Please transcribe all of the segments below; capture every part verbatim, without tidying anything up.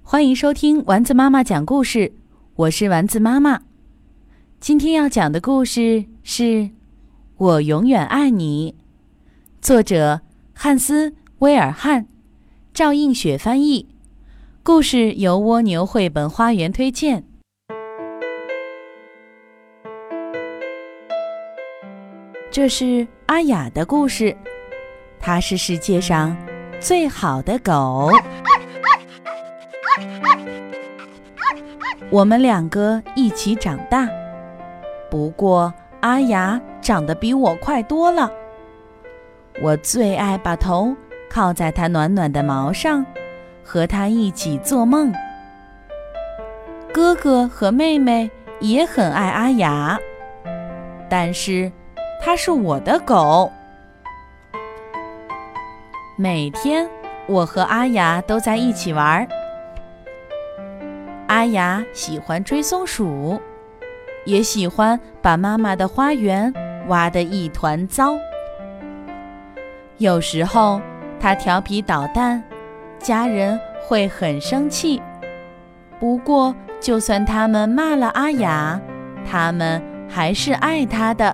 欢迎收听丸子妈妈讲故事，我是丸子妈妈。今天要讲的故事是《我永远爱你》，作者汉斯·威尔汉，赵映雪翻译，故事由蜗牛绘本花园推荐。这是阿雅的故事，它是世界上最好的狗。我们两个一起长大，不过阿雅长得比我快多了。我最爱把头靠在她暖暖的毛上，和她一起做梦。哥哥和妹妹也很爱阿雅，但是她是我的狗。每天我和阿雅都在一起玩。阿雅喜欢追松鼠，也喜欢把妈妈的花园挖得一团糟。有时候她调皮捣蛋，家人会很生气。不过就算他们骂了阿雅，他们还是爱她的。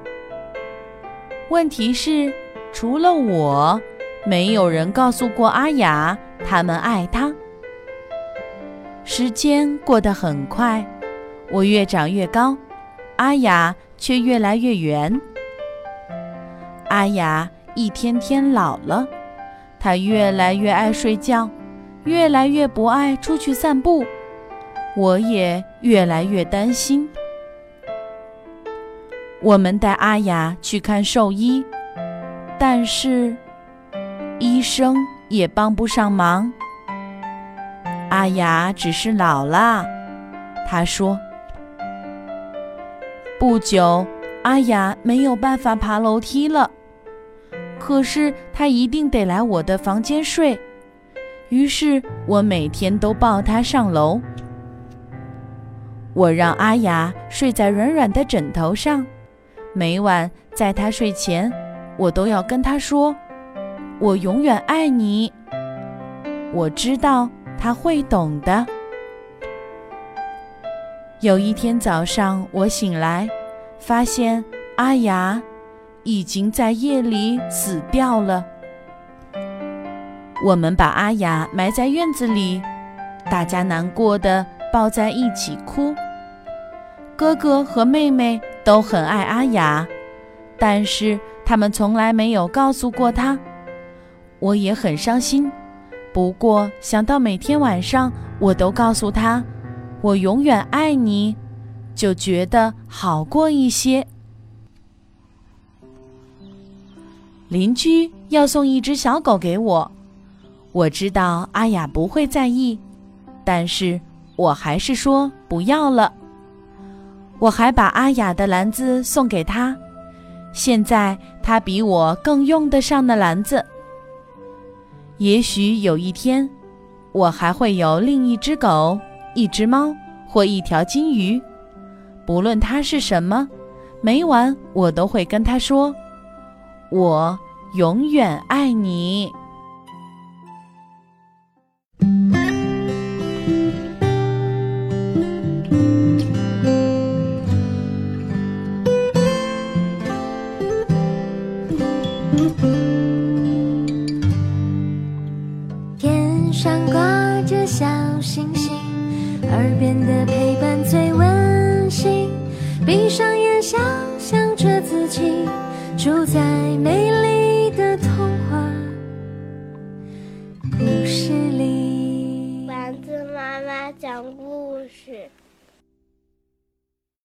问题是，除了我，没有人告诉过阿雅他们爱她。时间过得很快，我越长越高，阿雅却越来越圆。阿雅一天天老了，她越来越爱睡觉，越来越不爱出去散步，我也越来越担心。我们带阿雅去看兽医，但是医生也帮不上忙。阿雅只是老了，她说。不久，阿雅没有办法爬楼梯了，可是她一定得来我的房间睡，于是我每天都抱她上楼。我让阿雅睡在软软的枕头上，每晚在她睡前，我都要跟她说：“我永远爱你。”我知道她会懂的。有一天早上，我醒来，发现阿雅已经在夜里死掉了。我们把阿雅埋在院子里，大家难过的抱在一起哭。哥哥和妹妹都很爱阿雅，但是他们从来没有告诉过她。我也很伤心，不过想到每天晚上我都告诉她我永远爱你，就觉得好过一些。邻居要送一只小狗给我，我知道阿雅不会在意，但是我还是说不要了。我还把阿雅的篮子送给她，现在她比我更用得上那篮子。也许有一天，我还会有另一只狗，一只猫或一条金鱼，不论它是什么，每晚我都会跟它说：“我永远爱你。” 天上挂着小星星，耳边的陪伴最温馨，闭上眼想象着自己住在美丽的童话故事里。 丸子妈妈讲故事。